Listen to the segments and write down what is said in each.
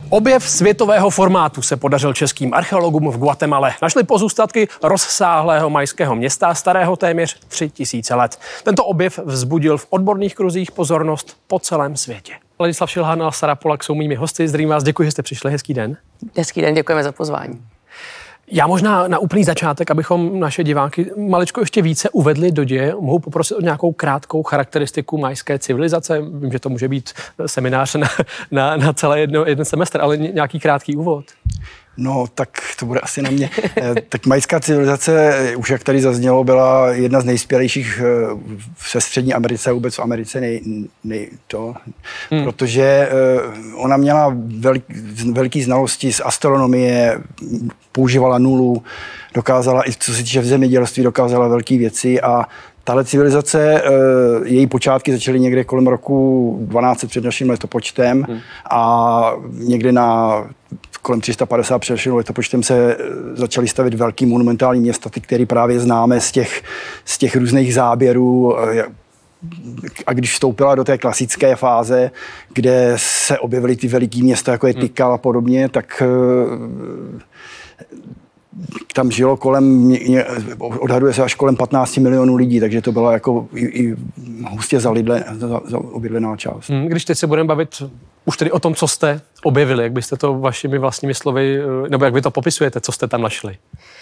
Objev světového formátu se podařil českým archeologům v Guatemale. Našli pozůstatky rozsáhlého majského města, starého téměř 3000 let. Tento objev vzbudil v odborných kruzích pozornost po celém světě. Ladislav Šilhán a Sara Polak jsou mými hosty. Zdravím vás, děkuji, že jste přišli. Hezký den. Hezký den, děkujeme za pozvání. Já možná na úplný začátek, abychom naše diváky maličko ještě více uvedli do děje, mohu poprosit o nějakou krátkou charakteristiku majské civilizace. Vím, že to může být seminář na celý jeden semestr, ale nějaký krátký úvod. No, tak to bude asi na mě. Tak majská civilizace, už jak tady zaznělo, byla jedna z nejspělejších ve Střední Americe a vůbec v Americe, protože ona měla veliký znalosti z astronomie, používala nulu, dokázala i co se týče v zemědělství, dokázala velké věci a tahle civilizace, její počátky začaly někde kolem roku 1200 před naším letopočtem a někde kolem 350 před naším letopočtem se začaly stavit velký monumentální města, ty, které právě známe z těch různých záběrů. A když vstoupila do té klasické fáze, kde se objevily ty veliký města, jako je Tikal a podobně, tak tam žilo odhaduje se až kolem 15 milionů lidí, takže to byla jako i hustě obydlená část. Když teď se budeme bavit už tedy o tom, co jste objevili, jak byste to vašimi vlastními slovy, nebo jak vy to popisujete, co jste tam našli?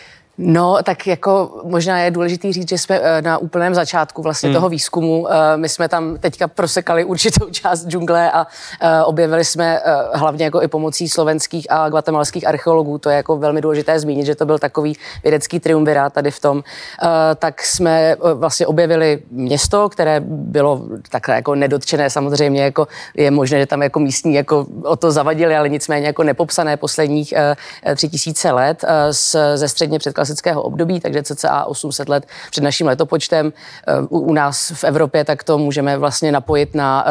No, tak jako možná je důležitý říct, že jsme na úplném začátku vlastně toho výzkumu. My jsme tam teďka prosekali určitou část džungle a objevili jsme hlavně jako i pomocí slovenských a guatemalských archeologů. To je jako velmi důležité zmínit, že to byl takový vědecký triumvirát tady v tom. Tak jsme vlastně objevili město, které bylo takhle jako nedotčené. Samozřejmě jako je možné, že tam jako místní jako o to zavadili, ale nicméně jako nepopsané posledních 3000 let ze středně klasického období, takže cca 800 let před naším letopočtem. U nás v Evropě tak to můžeme vlastně napojit na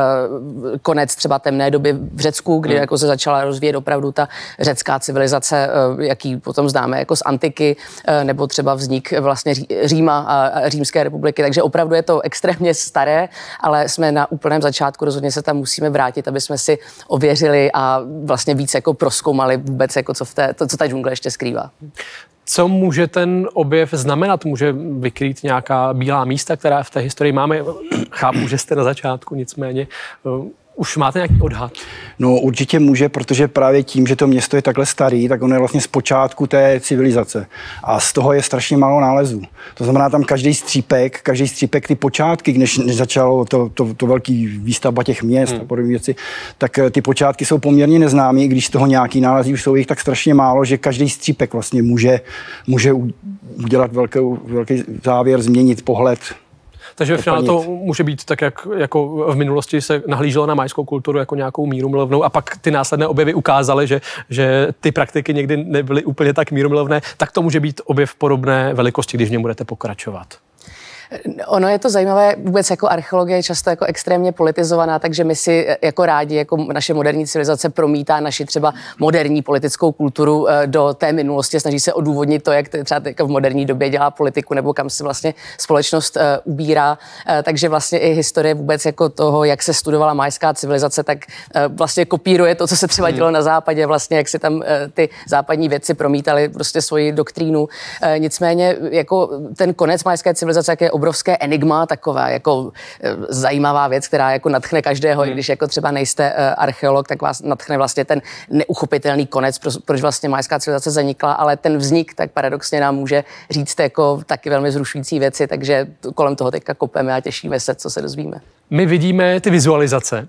konec třeba temné doby v Řecku, kdy jako se začala rozvíjet opravdu ta řecká civilizace, jaký potom známe jako z antiky, nebo třeba vznik vlastně Říma a Římské republiky. Takže opravdu je to extrémně staré, ale jsme na úplném začátku, rozhodně se tam musíme vrátit, aby jsme si ověřili a vlastně víc jako prozkoumali vůbec, jako co ta džungle ještě skrývá. Co může ten objev znamenat? Může vykrýt nějaká bílá místa, která v té historii máme? Chápu, že jste na začátku, nicméně už máte nějaký odhad? No určitě může, protože právě tím, že to město je takhle starý, tak ono je vlastně z počátku té civilizace. A z toho je strašně málo nálezů. To znamená, tam každý střípek ty počátky, než začalo to velký výstavba těch měst a podobné věci, tak ty počátky jsou poměrně neznámý, když z toho nějaký nálezí už jsou jich tak strašně málo, že každý střípek vlastně může udělat velký závěr, změnit pohled. Takže v finále to může být tak, jak jako v minulosti se nahlíželo na majskou kulturu jako nějakou mírumilovnou a pak ty následné objevy ukázaly, že ty praktiky někdy nebyly úplně tak mírumilovné, tak to může být objev podobné velikosti, když v něm budete pokračovat. Ono je to zajímavé, vůbec jako archeologie je často jako extrémně politizovaná, takže my si jako rádi, jako naše moderní civilizace promítá naši třeba moderní politickou kulturu do té minulosti, snaží se odůvodnit to, jak třeba v moderní době dělá politiku nebo kam se vlastně společnost ubírá. Takže vlastně i historie vůbec jako toho, jak se studovala majská civilizace, tak vlastně kopíruje to, co se třeba dělo na západě, vlastně jak se tam ty západní vědci promítali prostě svoji doktrínu. Nicméně jako ten konec majské civilizace, jak je obrovské enigma, taková jako zajímavá věc, která jako nadchne každého, i když jako třeba nejste archeolog, tak vás nadchne vlastně ten neuchopitelný konec, proč vlastně majská civilizace zanikla, ale ten vznik tak paradoxně nám může říct jako taky velmi vzrušující věci, takže kolem toho teďka kopeme a těšíme se, co se dozvíme. My vidíme ty vizualizace,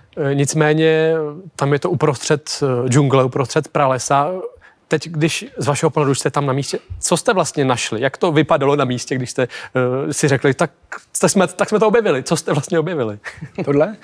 nicméně tam je to uprostřed džungle, uprostřed pralesa. Teď, když z vašeho pohledu jste tam na místě, co jste vlastně našli? Jak to vypadalo na místě, když jste si řekli, tak jsme to objevili. Co jste vlastně objevili? Tohle?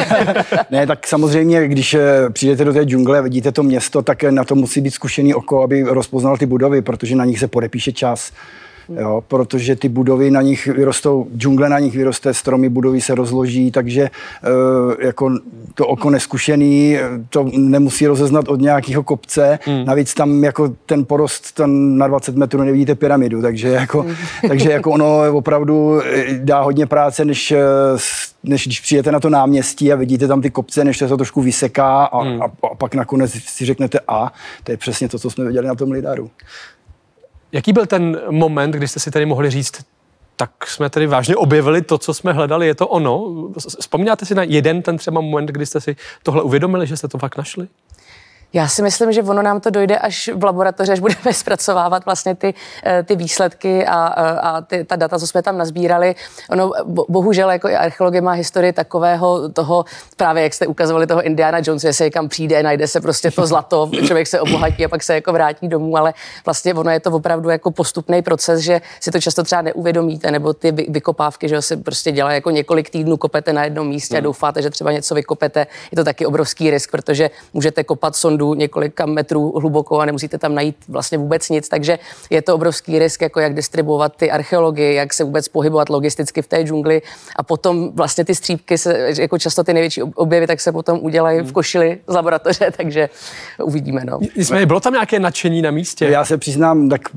Ne, tak samozřejmě, když přijdete do té džungle a vidíte to město, tak na to musí být zkušený oko, aby rozpoznal ty budovy, protože na nich se podepíše čas. jo, protože ty budovy na nich vyrostou, džungle na nich vyroste, stromy, budovy se rozloží, takže jako to oko neskušený to nemusí rozeznat od nějakého kopce, navíc tam jako ten porost na 20 metrů nevidíte pyramidu, takže jako ono opravdu dá hodně práce, než když přijete na to náměstí a vidíte tam ty kopce, než se to trošku vyseká a pak nakonec si řeknete to je přesně to, co jsme viděli na tom lidaru. Jaký byl ten moment, kdy jste si tady mohli říct, tak jsme tady vážně objevili to, co jsme hledali, je to ono? Vzpomínáte si na jeden ten třeba moment, kdy jste si tohle uvědomili, že jste to fakt našli? Já si myslím, že ono nám to dojde až v laboratoři, až budeme zpracovávat vlastně ty výsledky a ta data, co jsme tam nazbírali. Ono bohužel jako i archeologie má historii takového toho, právě jak jste ukazovali toho Indiana Jonesa, se kam přijde, najde se prostě to zlato, člověk se obohatí a pak se jako vrátí domů, ale vlastně ono je to opravdu jako postupný proces, že si to často třeba neuvědomíte, nebo ty vykopávky, že se prostě dělá jako několik týdnů, kopete na jednom místě a doufáte, že třeba něco vykopete. Je to taky obrovský risk, protože můžete kopat sondu několika metrů hluboko a nemusíte tam najít vlastně vůbec nic, takže je to obrovský risk, jako jak distribuovat ty archeologie, jak se vůbec pohybovat logisticky v té džungli a potom vlastně ty střípky, jako často ty největší objevy, tak se potom udělají v košili z laboratoře, takže uvidíme. No. Nicméně bylo tam nějaké nadšení na místě? Já se přiznám, tak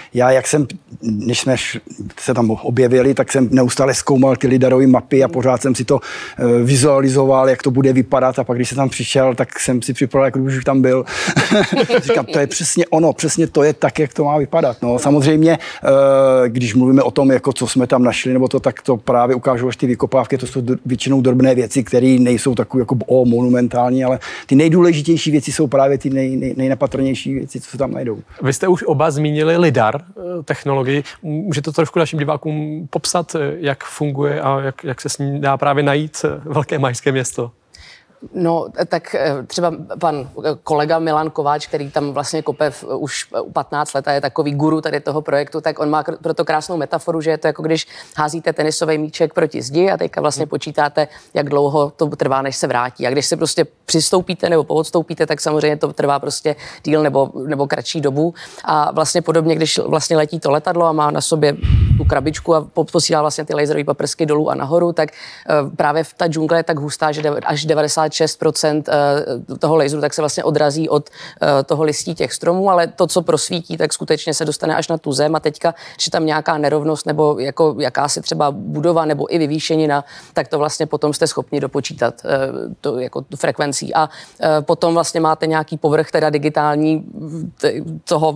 než jsme se tam objevili, tak jsem neustále zkoumal ty lidarové mapy a pořád jsem si to vizualizoval, jak to bude vypadat a pak, když jsem tam přišel, tak jsem si připravil, jak už tam byl. Říkám, to je přesně ono, přesně to je tak, jak to má vypadat. No, samozřejmě, když mluvíme o tom, jako co jsme tam našli, nebo to, tak to právě ukážou až ty vykopávky, to jsou většinou drobné věci, které nejsou takové jako monumentální, ale ty nejdůležitější věci jsou právě ty nejnepatrnější věci, co se tam najdou. Vy jste už oba zmínili lidar, technologii. Můžete to trošku našim divákům popsat, jak funguje a jak se s ní dá právě najít velké mayské město? No, tak třeba pan kolega Milan Kováč, který tam vlastně kope už 15 let a je takový guru tady toho projektu, tak on má proto krásnou metaforu, že je to jako když házíte tenisový míček proti zdi a teďka vlastně počítáte, jak dlouho to trvá, než se vrátí. A když se prostě přistoupíte nebo poodstoupíte, tak samozřejmě to trvá prostě díl nebo kratší dobu. A vlastně podobně, když vlastně letí to letadlo a má na sobě tu krabičku a posílá vlastně ty laserové paprsky dolů a nahoru, tak právě ta džungle je tak hustá, že až 96% toho laseru tak se vlastně odrazí od toho listí těch stromů, ale to, co prosvítí, tak skutečně se dostane až na tu zem a teďka, když je tam nějaká nerovnost nebo jako jakási třeba budova nebo i vyvýšenina, tak to vlastně potom jste schopni dopočítat to, jako tu frekvencí a potom vlastně máte nějaký povrch teda digitální toho,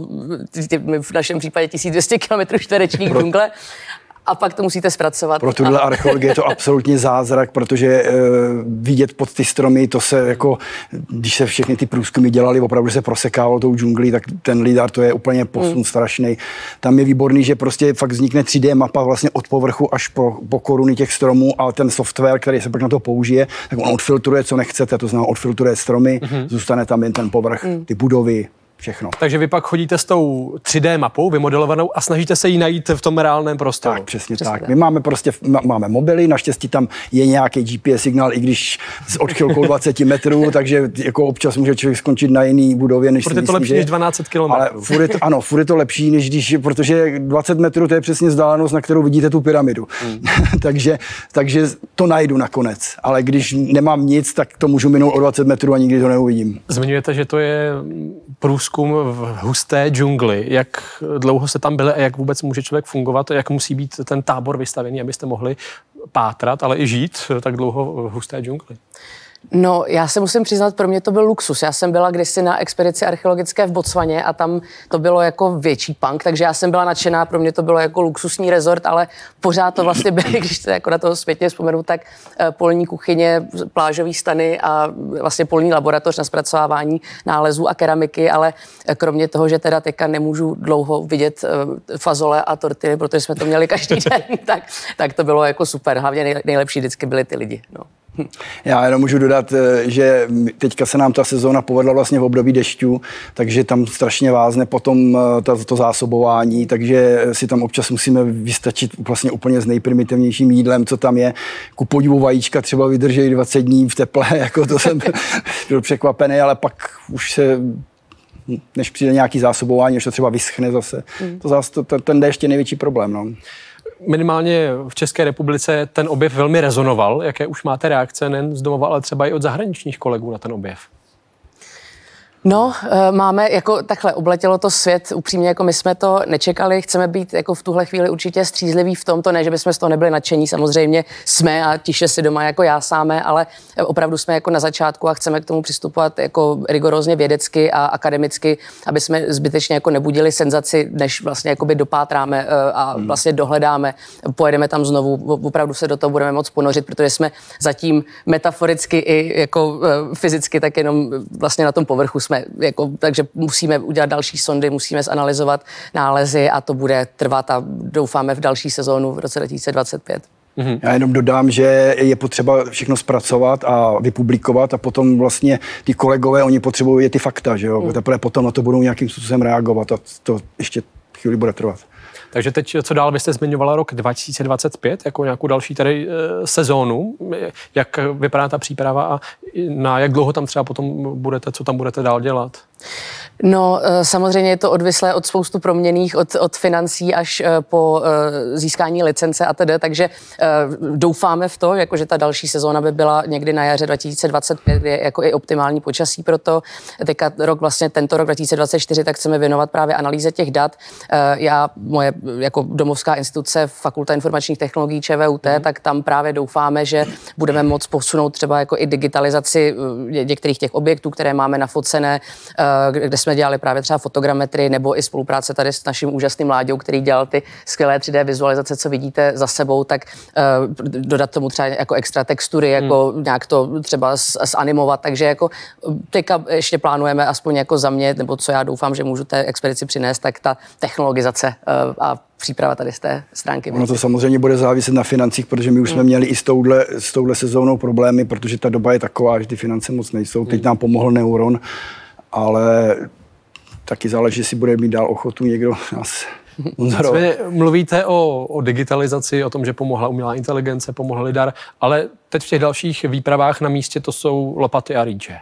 v našem případě 1200 km čtverečních džungle. A pak to musíte zpracovat. Pro tuhle archeologie je to absolutně zázrak, protože vidět pod ty stromy, to se jako, když se všechny ty průzkumy dělali, opravdu se prosekávalo tou džunglí, tak ten lidar, to je úplně posun strašný. Tam je výborný, že prostě fakt vznikne 3D mapa vlastně od povrchu až po koruny těch stromů a ten software, který se pak na to použije, tak on odfiltruje, co nechcete, to znamená odfiltruje stromy, zůstane tam jen ten povrch, ty budovy. Všechno. Takže vy pak chodíte s tou 3D mapou vymodelovanou a snažíte se ji najít v tom reálném prostoru. Tak, přesně tak. My máme máme mobily, naštěstí tam je nějaký GPS signál, i když s odchylkou 20 metrů, takže jako občas může člověk skončit na jiný budově, než protože je to lepší než 12 km. Ale furt je to lepší, než protože 20 metrů to je přesně vzdálenost, na kterou vidíte tu pyramidu. takže to najdu nakonec. Ale když nemám nic, tak to můžu minout o 20 metrů a nikdy to neuvidím. Zmiňujete, že to je průzkum v husté džungli. Jak dlouho se tam byli a jak vůbec může člověk fungovat? Jak musí být ten tábor vystavený, abyste mohli pátrat, ale i žít tak dlouho v husté džungli? No, já se musím přiznat, pro mě to byl luxus. Já jsem byla kdysi na expedici archeologické v Botswaně a tam to bylo jako větší punk, takže já jsem byla nadšená, pro mě to bylo jako luxusní rezort, ale pořád to vlastně byly, když se jako na toho zpětně vzpomenu, tak polní kuchyně, plážový stany a vlastně polní laboratoř na zpracovávání nálezů a keramiky, ale kromě toho, že teda teďka nemůžu dlouho vidět fazole a tortily, protože jsme to měli každý den, tak to bylo jako super. Hlavně nejlepší vždycky byli ty lidi. No. Já jenom můžu dodat, že teďka se nám ta sezóna povedla vlastně v období dešťů, takže tam strašně vázne potom to zásobování, takže si tam občas musíme vystačit vlastně úplně s nejprimitivnějším jídlem, co tam je. Ku podivu vajíčka třeba vydrží 20 dní v teple, jako to jsem byl překvapený, ale pak už se než přijde nějaký zásobování, než to třeba vyschne zase. Ten déšť je největší problém. No. Minimálně v České republice ten objev velmi rezonoval. Jaké už máte reakce nejen z domova, ale třeba i od zahraničních kolegů na ten objev? No, máme jako takhle, obletělo to svět, upřímně jako my jsme to nečekali, chceme být jako v tuhle chvíli určitě střízliví v tomto, ne, že bychom z toho nebyli nadšení, samozřejmě jsme a tiše si doma jako jásáme, ale opravdu jsme jako na začátku a chceme k tomu přistupovat jako rigorózně vědecky a akademicky, aby jsme zbytečně jako nebudili senzaci, než vlastně jakoby dopátráme a vlastně dohledáme, pojedeme tam znovu, opravdu se do toho budeme moc ponořit, protože jsme zatím metaforicky i jako fyzicky tak jenom vlastně na tom povrchu jsme jako, takže musíme udělat další sondy, musíme zanalyzovat nálezy a to bude trvat a doufáme v další sezónu v roce 2025. Já jenom dodám, že je potřeba všechno zpracovat a vypublikovat a potom vlastně ty kolegové, oni potřebují ty fakta, že jo? Teprve potom na to budou nějakým způsobem reagovat a to ještě chvíli bude trvat. Takže teď, co dál, vy jste zmiňovala rok 2025 jako nějakou další tady sezónu. Jak vypadá ta příprava a na jak dlouho tam třeba potom budete, co tam budete dál dělat? No, samozřejmě je to odvislé od spoustu proměnných, od financí až po získání licence a tedy, takže doufáme v to, jako že ta další sezóna by byla někdy na jaře 2025, je jako i optimální počasí pro to. Teďka tento rok 2024, tak chceme věnovat právě analýze těch dat. Moje jako domovská instituce, Fakulta informačních technologií ČVUT, tak tam právě doufáme, že budeme moct posunout třeba jako i digitalizaci některých těch objektů, které máme nafocené, kde jsme dělali právě třeba fotogrametry nebo i spolupráce tady s naším úžasným Láďou, který dělal ty skvělé 3D vizualizace, co vidíte za sebou, tak dodat tomu třeba jako extra textury, jako nějak to třeba zanimovat, takže jako teďka ještě plánujeme aspoň jako za mě, nebo co já doufám, že můžu té expedici přinést, tak ta technologizace a příprava tady z té stránky. Ono to samozřejmě bude záviset na financích, protože my už jsme měli i s touhle sezónou problémy, protože ta doba je taková, že ty finance moc nejsou. Teď nám pomohl Neuron, ale taky záleží, jestli bude mít dál ochotu někdo nás sponzorovat. Mluvíte o digitalizaci, o tom, že pomohla umělá inteligence, pomohl lidar, ale teď v těch dalších výpravách na místě to jsou lopaty a rýče.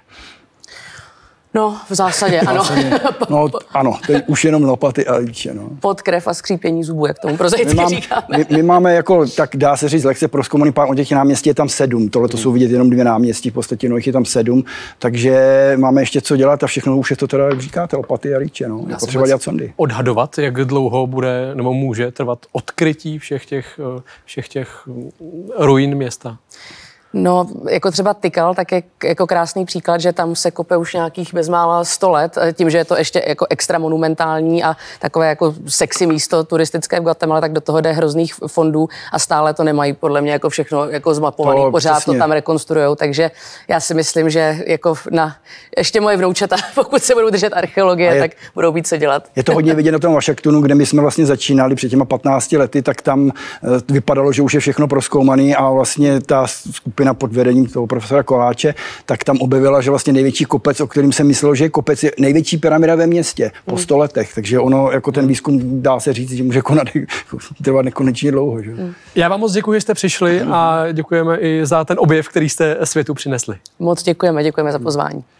No, v zásadě, ano. No, ano, to je už jenom lopaty a rýče, no. Pod krev a skřípění zubů, jak tomu prozaicky říkáme. My máme jako, tak dá se říct, lehce prozkoumaný pár, od těch náměstí je tam 7, tohle to jsou vidět jenom 2 náměstí, v podstatě no, jich je tam 7, takže máme ještě co dělat a všechno už je to teda, jak říkáte, lopaty a rýče, no. Je potřeba dělat sondy. Odhadovat, jak dlouho bude nebo může trvat odkrytí všech těch ruin města? No, jako třeba Tykal, tak je jako krásný příklad, že tam se kope už nějakých bezmála 100 let, tím, že je to ještě jako extra monumentální a takové jako sexy místo turistické v Guatemala, tak do toho jde hrozných fondů a stále to nemají podle mě jako všechno jako zmapovaný, pořád přesně. To tam rekonstruujou, takže já si myslím, že jako ještě moje vnoučata, pokud se budou držet archeologie, tak budou být co dělat. Je to hodně vidět na tom Washingtonu, kde my jsme vlastně začínali před těma 15 lety, tak tam vypadalo, že už je všechno prozkoumaný a vlastně ta skupina pod vedením toho profesora Koláče, tak tam objevila, že vlastně největší kopec, o kterém se myslelo, že je kopec, je největší pyramida ve městě po 100 letech. Takže ono, jako ten výzkum, dá se říct, že může trvat nekonečně dlouho. Že? Já vám moc děkuji, že jste přišli a děkujeme i za ten objev, který jste světu přinesli. Moc děkujeme za pozvání.